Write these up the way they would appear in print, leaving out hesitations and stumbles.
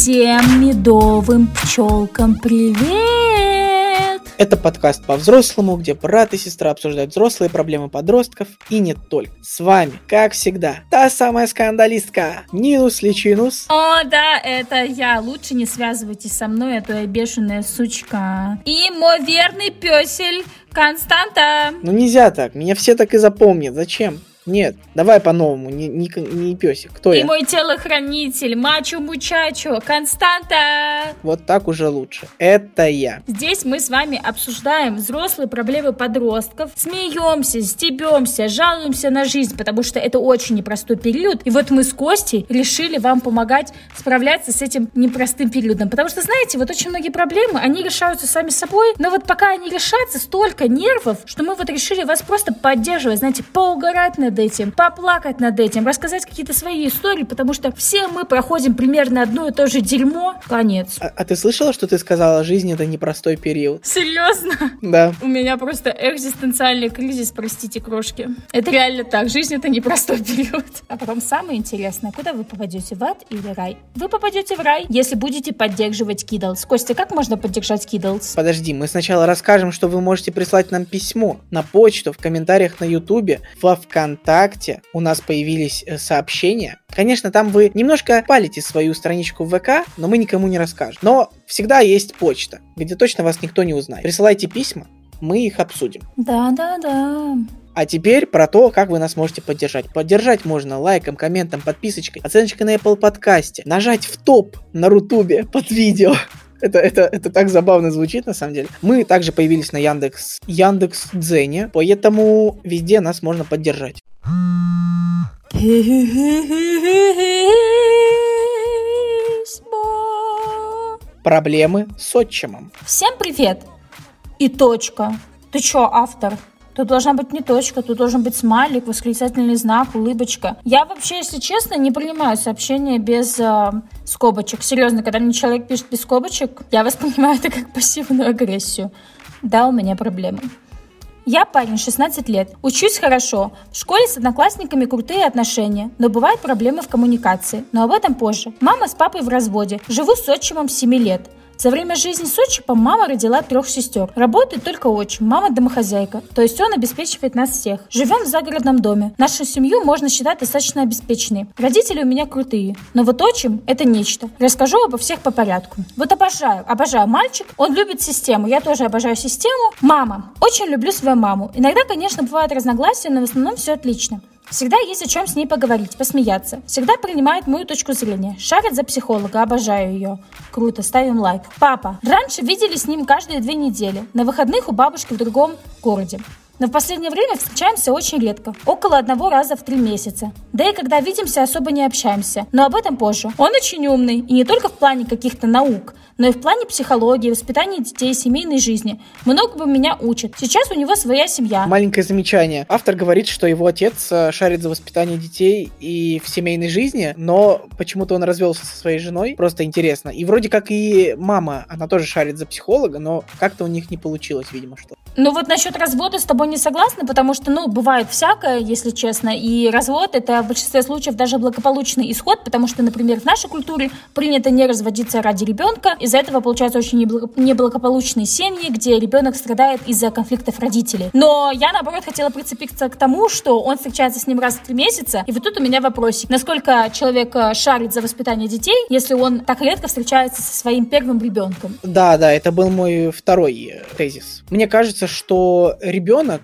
Всем медовым пчелкам привет! Это подкаст по-взрослому, где брат и сестра обсуждают взрослые проблемы подростков и не только. С вами, как всегда, та самая скандалистка Нинус Личинус. О, да, это я. Лучше не связывайтесь со мной, а то я бешеная сучка. И мой верный пёсель Константа. Ну нельзя так, меня все так и запомнят. Зачем? Нет, давай по-новому, не пёсик. Кто И я? мой телохранитель, мачо-мучачо, Константа. Вот так уже лучше. Это я. Здесь мы с вами обсуждаем взрослые проблемы подростков, смеемся, стебемся, жалуемся на жизнь, потому что это очень непростой период. И вот мы с Костей решили вам помогать справляться с этим непростым периодом. Потому что, знаете, вот очень многие проблемы, они решаются сами собой, но вот пока они решатся, столько нервов, что мы вот решили вас просто поддерживать, знаете, поугарать над этим, поплакать над этим, рассказать какие-то свои истории, потому что все мы проходим примерно одно и то же дерьмо. Конец. А ты слышала, что ты сказала, жизнь это непростой период? Серьезно? Да. У меня просто экзистенциальный кризис, простите, крошки. Это реально так, жизнь это непростой период. А потом самое интересное, куда вы попадете, в ад или рай? Вы попадете в рай, если будете поддерживать Kiddles. Костя, как можно поддержать Kiddles? Подожди, мы сначала расскажем, что вы можете прислать нам письмо на почту, в комментариях на Ютубе, во ВКонтакте. У нас появились сообщения. Конечно, там вы немножко палите свою страничку в ВК, но мы никому не расскажем. Но всегда есть почта, где точно вас никто не узнает. Присылайте письма, мы их обсудим. Да. А теперь про то, как вы нас можете поддержать. Поддержать можно лайком, комментом, подписочкой, оценочкой на Apple подкасте, нажать в топ на Рутубе под видео. Это так забавно звучит, на самом деле. Мы также появились на Яндекс.Дзене, поэтому везде нас можно поддержать. Проблемы с отчимом. Всем привет! И точка. Ты чё, автор? Тут должна быть не точка, тут должен быть смайлик, восклицательный знак, улыбочка. Я вообще, если честно, не принимаю сообщения без скобочек. Серьезно, когда мне человек пишет без скобочек, я воспринимаю это как пассивную агрессию. Да, у меня проблемы. Я парень, 16 лет. Учусь хорошо. В школе с одноклассниками крутые отношения, но бывают проблемы в коммуникации. Но об этом позже. Мама с папой в разводе. Живу с отчимом 7 лет. За время жизни с отчимом мама родила 3 сестер. Работает только отчим, мама домохозяйка, то есть он обеспечивает нас всех. Живем в загородном доме. Нашу семью можно считать достаточно обеспеченной. Родители у меня крутые, но вот отчим – это нечто. Расскажу обо всех по порядку. Вот обожаю мальчик, он любит систему, я тоже обожаю систему. Мама. Очень люблю свою маму. Иногда, конечно, бывают разногласия, но в основном все отлично. Всегда есть о чем с ней поговорить, посмеяться. Всегда принимает мою точку зрения. Шарит за психолога, обожаю ее. Круто, ставим лайк. Папа. Раньше видели с ним каждые 2 недели. На выходных у бабушки в другом городе. Но в последнее время встречаемся очень редко. Около 1 раза в 3 месяца. Да и когда видимся, особо не общаемся. Но об этом позже. Он очень умный. И не только в плане каких-то наук, но и в плане психологии, воспитания детей, семейной жизни. Многому меня учат. Сейчас у него своя семья. Маленькое замечание. Автор говорит, что его отец шарит за воспитание детей и в семейной жизни, но почему-то он развелся со своей женой. Просто интересно. И вроде как и мама, она тоже шарит за психолога, но как-то у них не получилось, видимо, что. Ну вот насчет развода с тобой не согласна, потому что, бывает всякое, если честно, и развод это в большинстве случаев даже благополучный исход, потому что, например, в нашей культуре принято не разводиться ради ребенка, из-за этого получаются очень неблагополучные семьи, где ребенок страдает из-за конфликтов родителей. Но я, наоборот, хотела прицепиться к тому, что он встречается с ним раз в 3 месяца, и вот тут у меня вопросик. Насколько человек шарит за воспитание детей, если он так редко встречается со своим первым ребенком? Да, это был мой второй тезис. Мне кажется, что ребенок,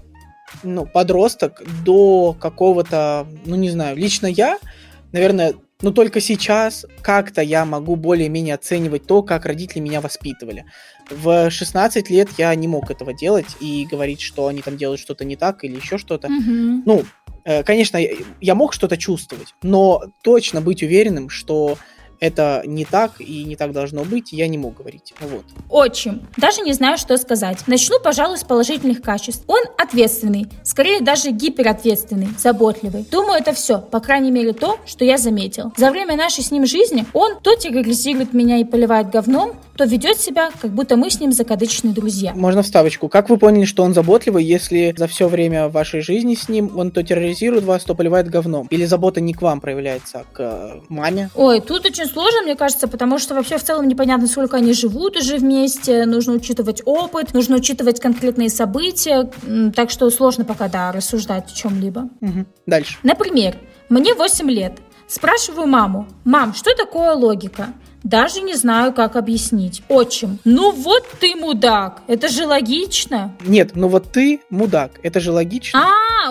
подросток до какого-то, не знаю, лично я, наверное, только сейчас как-то я могу более-менее оценивать то, как родители меня воспитывали. В 16 лет я не мог этого делать и говорить, что они там делают что-то не так или еще что-то. Mm-hmm. Конечно, я мог что-то чувствовать, но точно быть уверенным, что это не так и не так должно быть, я не мог говорить. Вот. Отчим. Даже не знаю, что сказать. Начну, пожалуй, с положительных качеств. Он ответственный, скорее даже гиперответственный, заботливый. Думаю, это все, по крайней мере, то, что я заметил. За время нашей с ним жизни он то терроризирует меня и поливает говном, то ведет себя, как будто мы с ним закадычные друзья. Можно вставочку. Как вы поняли, что он заботливый, если за все время вашей жизни с ним он то терроризирует вас, то поливает говном? Или забота не к вам проявляется, а к маме? Ой, тут очень сложно, мне кажется, потому что вообще в целом непонятно, сколько они живут уже вместе, нужно учитывать опыт, нужно учитывать конкретные события, так что сложно пока, рассуждать о чем-либо. Угу. Дальше. Например, мне 8 лет. Спрашиваю маму: «Мам, что такое логика?» Даже не знаю, как объяснить. Отчим: «Ну вот ты мудак, это же логично». Нет, ну вот ты мудак, это же логично.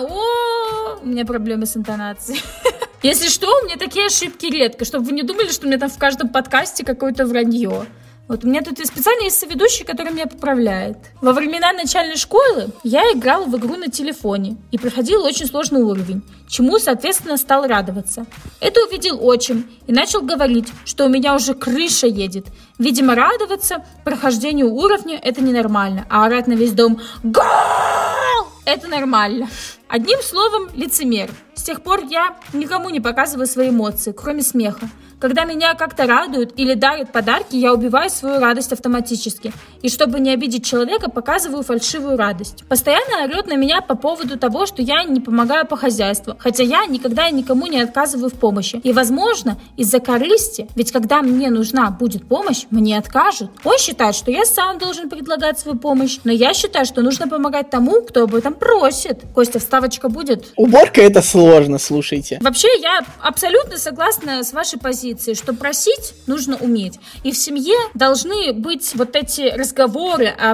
У меня проблемы с интонацией. Если что, у меня такие ошибки редко, чтобы вы не думали, что у меня там в каждом подкасте какое-то вранье. Вот у меня тут специально есть соведущий, который меня поправляет. Во времена начальной школы я играла в игру на телефоне и проходила очень сложный уровень, чему, соответственно, стал радоваться. Это увидел отчим и начал говорить, что у меня уже крыша едет. Видимо, радоваться прохождению уровня – это ненормально, а орать на весь дом «Гол!» – это нормально. Одним словом, лицемер. С тех пор я никому не показываю свои эмоции, кроме смеха. Когда меня как-то радуют или дарят подарки, я убиваю свою радость автоматически. И чтобы не обидеть человека, показываю фальшивую радость. Постоянно орет на меня по поводу того, что я не помогаю по хозяйству. Хотя я никогда никому не отказываю в помощи. И, возможно, из-за корысти, ведь когда мне нужна будет помощь, мне откажут. Он считает, что я сам должен предлагать свою помощь. Но я считаю, что нужно помогать тому, кто об этом просит. Костя, вставочка будет? Уборка — это сложно, слушайте. Вообще, я абсолютно согласна с вашей позицией, что просить нужно уметь. И в семье должны быть вот эти разговоры о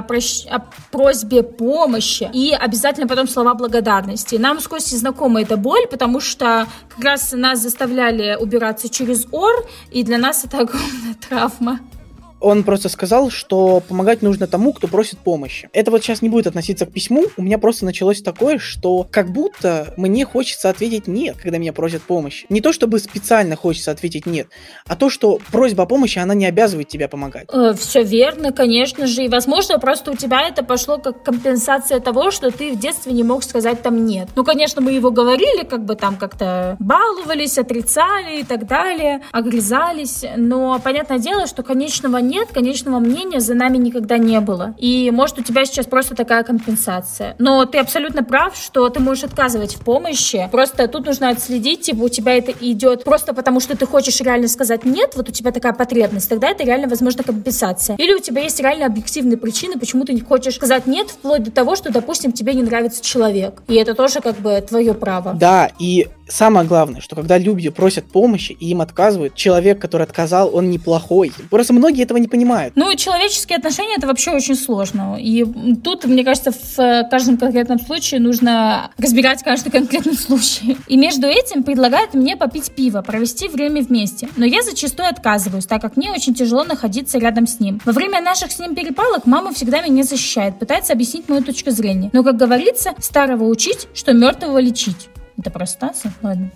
просьбе помощи и обязательно потом слова благодарности. Нам с Костей знакома эта боль, потому что как раз нас заставляли убираться через ор, и для нас это огромная травма. Он просто сказал, что помогать нужно тому, кто просит помощи. Это вот сейчас не будет относиться к письму. У меня просто началось такое, что как будто мне хочется ответить «нет», когда меня просят помощи. Не то, чтобы специально хочется ответить «нет», а то, что просьба о помощи, она не обязывает тебя помогать. Все верно, конечно же. И, возможно, просто у тебя это пошло как компенсация того, что ты в детстве не мог сказать там «нет». Ну, конечно, мы его говорили, как бы там как-то баловались, отрицали и так далее, огрызались. Но понятное дело, что конечного «нет», конечного мнения за нами никогда не было. И может у тебя сейчас просто такая компенсация. Но ты абсолютно прав, что ты можешь отказывать в помощи. Просто тут нужно отследить, типа у тебя это идет просто потому, что ты хочешь реально сказать нет, вот у тебя такая потребность, тогда это реально возможно компенсация. Или у тебя есть реально объективные причины, почему ты не хочешь сказать нет, вплоть до того, что, допустим, тебе не нравится человек. И это тоже как бы твое право. Да, и самое главное, что когда люди просят помощи и им отказывают, человек, который отказал, он неплохой. Просто многие этого не понимают. Ну и человеческие отношения — это вообще очень сложно. И тут, мне кажется, в каждом конкретном случае нужно разбирать каждый конкретный случай. И между этим предлагают мне попить пиво, провести время вместе. Но я зачастую отказываюсь, так как мне очень тяжело находиться рядом с ним. Во время наших с ним перепалок мама всегда меня защищает, пытается объяснить мою точку зрения. Но, как говорится, старого учить, что мертвого лечить. Это про Стаса? Ладно.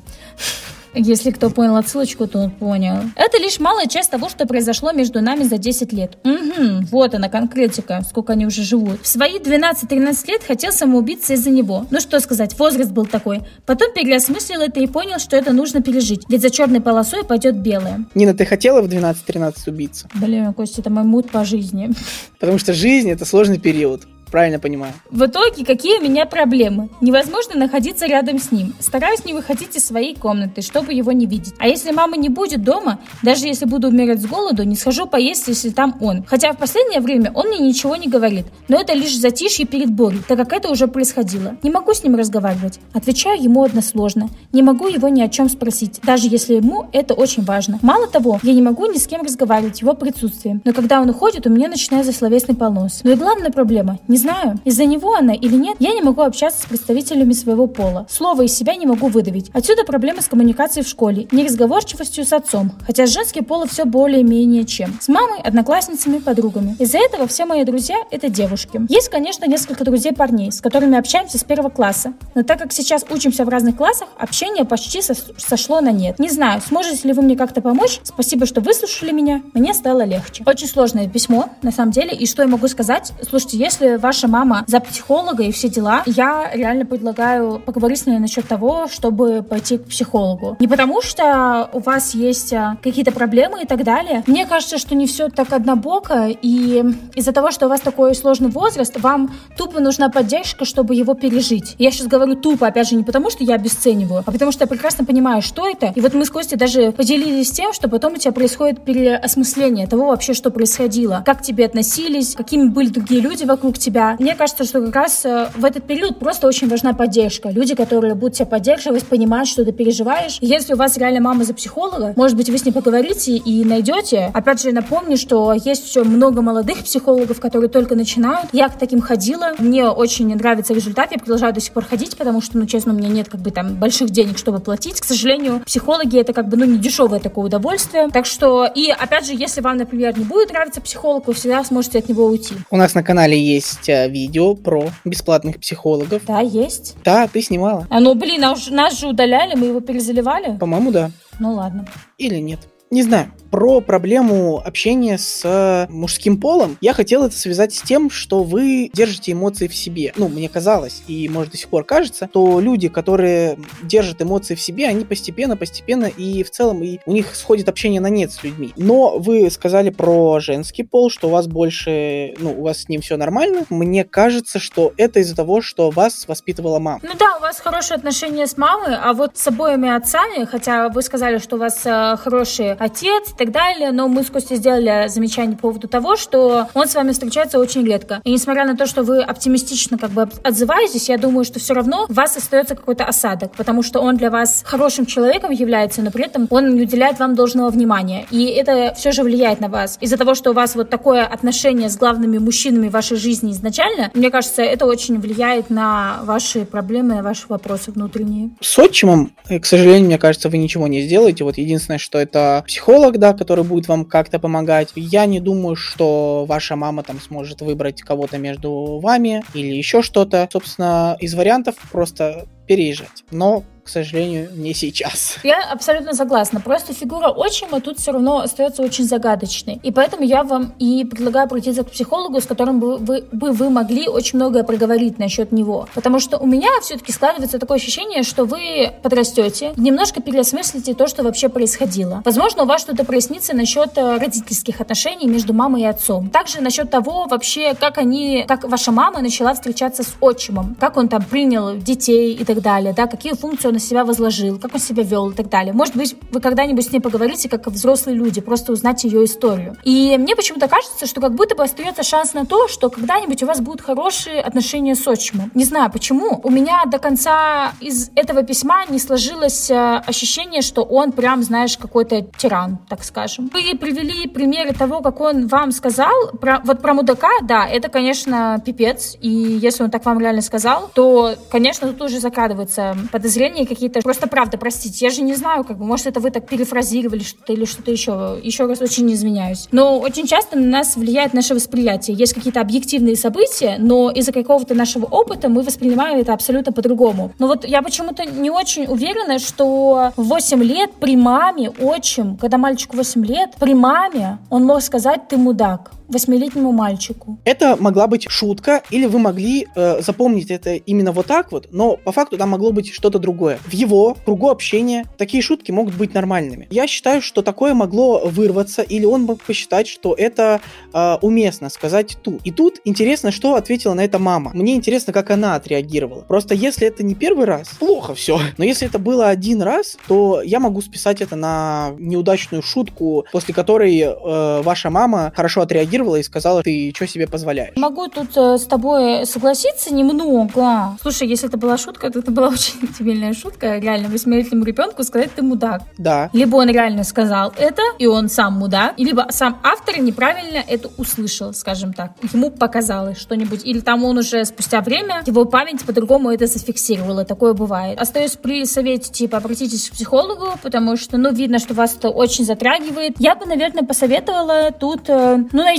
Если кто понял отсылочку, то он понял. Это лишь малая часть того, что произошло между нами за 10 лет. Вот она, конкретика, сколько они уже живут. В свои 12-13 лет хотел самоубиться из-за него. Ну что сказать, возраст был такой. Потом переосмыслил это и понял, что это нужно пережить. Ведь за черной полосой пойдет белая. Нина, ты хотела в 12-13 убиться? Блин, Костя, это мой мут по жизни. Потому что жизнь — это сложный период. Правильно понимаю. В итоге, какие у меня проблемы? Невозможно находиться рядом с ним. Стараюсь не выходить из своей комнаты, чтобы его не видеть. А если мама не будет дома, даже если буду умирать с голоду, не схожу поесть, если там он. Хотя в последнее время он мне ничего не говорит. Но это лишь затишье перед болью, так как это уже происходило. Не могу с ним разговаривать. Отвечаю ему односложно. Не могу его ни о чем спросить, даже если ему это очень важно. Мало того, я не могу ни с кем разговаривать в его присутствии. Но когда он уходит, у меня начинается словесный понос. Но и главная проблема — не знаю, из-за него она или нет, я не могу общаться с представителями своего пола. Слово из себя не могу выдавить. Отсюда проблемы с коммуникацией в школе, неразговорчивостью с отцом. Хотя с женским полом все более-менее чем. С мамой, одноклассницами, подругами. Из-за этого все мои друзья — это девушки. Есть, конечно, несколько друзей парней, с которыми общаемся с 1 класса. Но так как сейчас учимся в разных классах, общение почти сошло на нет. Не знаю, сможете ли вы мне как-то помочь? Спасибо, что выслушали меня. Мне стало легче. Очень сложное письмо, на самом деле. И что я могу сказать? Слушайте, если ваша мама за психолога и все дела, я реально предлагаю поговорить с ней насчет того, чтобы пойти к психологу. Не потому, что у вас есть какие-то проблемы и так далее. Мне кажется, что не все так однобоко, и из-за того, что у вас такой сложный возраст, вам тупо нужна поддержка, чтобы его пережить. Я сейчас говорю тупо, опять же, не потому, что я обесцениваю, а потому что я прекрасно понимаю, что это. И вот мы с Костей даже поделились тем, что потом у тебя происходит переосмысление того вообще, что происходило, как к тебе относились, какими были другие люди вокруг тебя. Мне кажется, что как раз в этот период просто очень важна поддержка. Люди, которые будут тебя поддерживать, понимать, что ты переживаешь. И если у вас реально мама за психолога, может быть, вы с ней поговорите и найдете. Опять же, напомню, что есть еще много молодых психологов, которые только начинают. Я к таким ходила. Мне очень нравится результат. Я продолжаю до сих пор ходить, потому что, честно, у меня нет больших денег, чтобы платить. К сожалению, психологи — это не дешевое такое удовольствие. Так что, и опять же, если вам, например, не будет нравиться психолог, вы всегда сможете от него уйти. У нас на канале есть видео про бесплатных психологов. Да, есть. Да, ты снимала. Нас же удаляли, мы его перезаливали. По-моему, да. Ну ладно. Или нет. Не знаю. Про проблему общения с мужским полом я хотел это связать с тем, что вы держите эмоции в себе. Мне казалось, и может до сих пор кажется, что люди, которые держат эмоции в себе, они постепенно, и в целом и у них сходит общение на нет с людьми. Но вы сказали про женский пол, что у вас больше, у вас с ним все нормально. Мне кажется, что это из-за того, что вас воспитывала мама. У вас хорошие отношения с мамой, а вот с обоими отцами, хотя вы сказали, что у вас хороший отец и так далее, но мы с Костей сделали замечание по поводу того, что он с вами встречается очень редко. И несмотря на то, что вы оптимистично отзываетесь, я думаю, что все равно у вас остается какой-то осадок, потому что он для вас хорошим человеком является, но при этом он не уделяет вам должного внимания. И это все же влияет на вас. Из-за того, что у вас вот такое отношение с главными мужчинами в вашей жизни изначально, мне кажется, это очень влияет на ваши проблемы, на ваши вопросы внутренние. С отчимом, к сожалению, мне кажется, вы ничего не сделаете. Вот единственное, что это психолог, который будет вам как-то помогать. Я не думаю, что ваша мама сможет выбрать кого-то между вами или еще что-то. Собственно, из вариантов просто переезжать. Но, к сожалению, не сейчас. Я абсолютно согласна. Просто фигура отчима тут все равно остается очень загадочной. И поэтому я вам и предлагаю обратиться к психологу, с которым вы могли очень многое проговорить насчет него. Потому что у меня все-таки складывается такое ощущение, что вы подрастете, немножко переосмыслите то, что вообще происходило. Возможно, у вас что-то прояснится насчет родительских отношений между мамой и отцом. Также насчет того вообще, как ваша мама начала встречаться с отчимом, как он принял детей и так далее, какие функции он на себя возложил, как он себя вел и так далее. Может быть, вы когда-нибудь с ней поговорите, как взрослые люди, просто узнать ее историю. И мне почему-то кажется, что как будто бы остается шанс на то, что когда-нибудь у вас будут хорошие отношения с отчимом. Не знаю почему. У меня до конца из этого письма не сложилось ощущение, что он прям, какой-то тиран, так скажем. Вы привели примеры того, как он вам сказал. Про мудака, да, это, конечно, пипец. И если он так вам реально сказал, то, конечно, тут уже закрадываются подозрения какие-то. Просто правда, простите, я же не знаю, может, это вы так перефразировали что-то или что-то еще. Еще раз очень извиняюсь. Но очень часто на нас влияет наше восприятие. Есть какие-то объективные события, но из-за какого-то нашего опыта мы воспринимаем это абсолютно по-другому. Но вот я почему-то не очень уверена, что в 8 лет при маме отчим, когда мальчику 8 лет, при маме он мог сказать: «Ты мудак». 8-летнему мальчику. Это могла быть шутка, или вы могли запомнить это именно вот так вот, но по факту там могло быть что-то другое. В его кругу общения такие шутки могут быть нормальными. Я считаю, что такое могло вырваться, или он мог посчитать, что это уместно сказать тут. И тут интересно, что ответила на это мама. Мне интересно, как она отреагировала. Просто если это не первый раз, плохо все. Но если это было один раз, то я могу списать это на неудачную шутку, после которой ваша мама хорошо отреагировала и сказала: ты что себе позволяешь? Могу тут с тобой согласиться немного. Слушай, если это была шутка, то это была очень дебильная шутка. Реально, 8-летнему ребенку сказать: ты мудак. Да. Либо он реально сказал это, и он сам мудак, либо сам автор неправильно это услышал, скажем так. Ему показалось что-нибудь. Или там он уже спустя время, его память по-другому это зафиксировала. Такое бывает. Остаюсь при совете, обратитесь к психологу, потому что, видно, что вас это очень затрагивает. Я бы, наверное, посоветовала тут, найти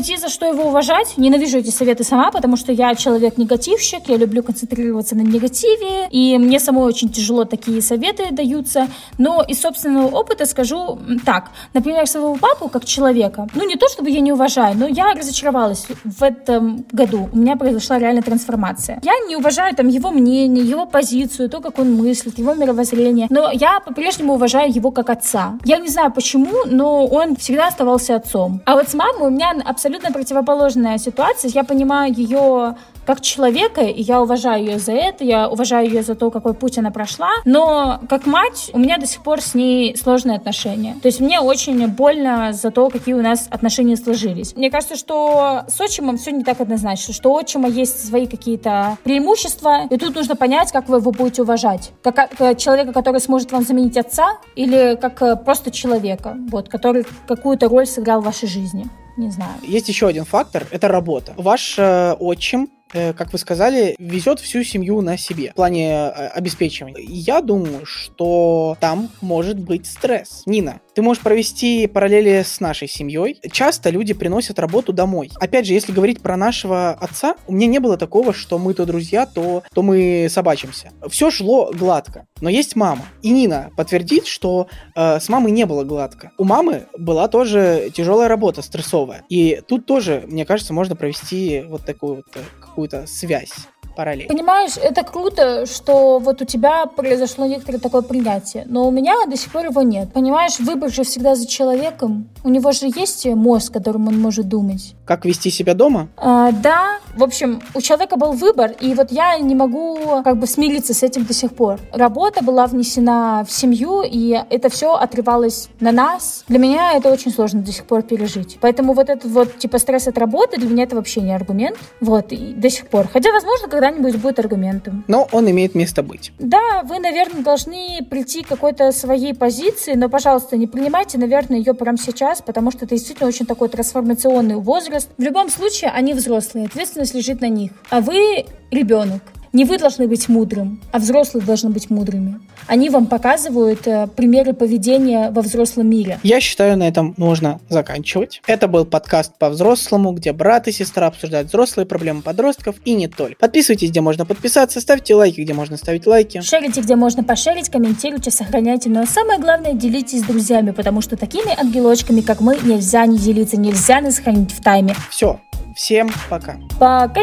найти, за что его уважать. Ненавижу эти советы сама, потому что я человек-негативщик, я люблю концентрироваться на негативе, и мне самой очень тяжело такие советы даются. Но из собственного опыта скажу так. Например, своего папу как человека, не то чтобы я не уважаю, но я разочаровалась в этом году. У меня произошла реальная трансформация. Я не уважаю его мнение, его позицию, то, как он мыслит, его мировоззрение, но я по-прежнему уважаю его как отца. Я не знаю почему, но он всегда оставался отцом. А вот с мамой у меня абсолютно противоположная ситуация. Я понимаю ее как человека, и я уважаю ее за это, я уважаю ее за то, какой путь она прошла, но как мать у меня до сих пор с ней сложные отношения. То есть мне очень больно за то, какие у нас отношения сложились. Мне кажется, что с отчимом все не так однозначно, что у отчима есть свои какие-то преимущества, и тут нужно понять, как вы его будете уважать. Как человека, который сможет вам заменить отца, или как просто человека, который какую-то роль сыграл в вашей жизни. Не знаю. Есть еще один фактор, это работа. Ваш отчим, как вы сказали, везет всю семью на себе в плане обеспечивания. Я думаю, что там может быть стресс. Нина, ты можешь провести параллели с нашей семьей. Часто люди приносят работу домой. Опять же, если говорить про нашего отца, у меня не было такого, что мы то друзья, то мы собачимся. Все шло гладко. Но есть мама. И Нина подтвердит, что с мамой не было гладко. У мамы была тоже тяжелая работа, стрессовая. И тут тоже, мне кажется, можно провести вот такую вот какую-то связь. Параллель. Понимаешь, это круто, что вот у тебя произошло некоторое такое принятие, но у меня до сих пор его нет. Понимаешь, выбор же всегда за человеком. У него же есть мозг, которым он может думать. Как вести себя дома? Да. В общем, у человека был выбор, и вот я не могу смириться с этим до сих пор. Работа была внесена в семью, и это все отрывалось на нас. Для меня это очень сложно до сих пор пережить. Поэтому вот этот стресс от работы для меня это вообще не аргумент. И до сих пор. Хотя, возможно, когда-нибудь будет аргументом. Но он имеет место быть. Да, вы, наверное, должны прийти к какой-то своей позиции, но, пожалуйста, не принимайте, наверное, ее прямо сейчас, потому что это действительно очень такой трансформационный возраст. В любом случае, они взрослые, ответственность лежит на них. А вы ребенок. Не вы должны быть мудрым, а взрослые должны быть мудрыми. Они вам показывают примеры поведения во взрослом мире. Я считаю, на этом нужно заканчивать. Это был подкаст по-взрослому, где брат и сестра обсуждают взрослые проблемы подростков и не только. Подписывайтесь, где можно подписаться, ставьте лайки, где можно ставить лайки. Шерите, где можно пошерить, комментируйте, сохраняйте. Но самое главное, делитесь с друзьями, потому что такими ангелочками, как мы, нельзя не делиться, нельзя нас хранить в тайме. Все. Всем пока.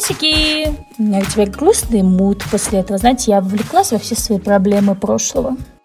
Пока-сики. У меня теперь грустный муд после этого. Знаете, я вовлеклась во все свои проблемы прошлого.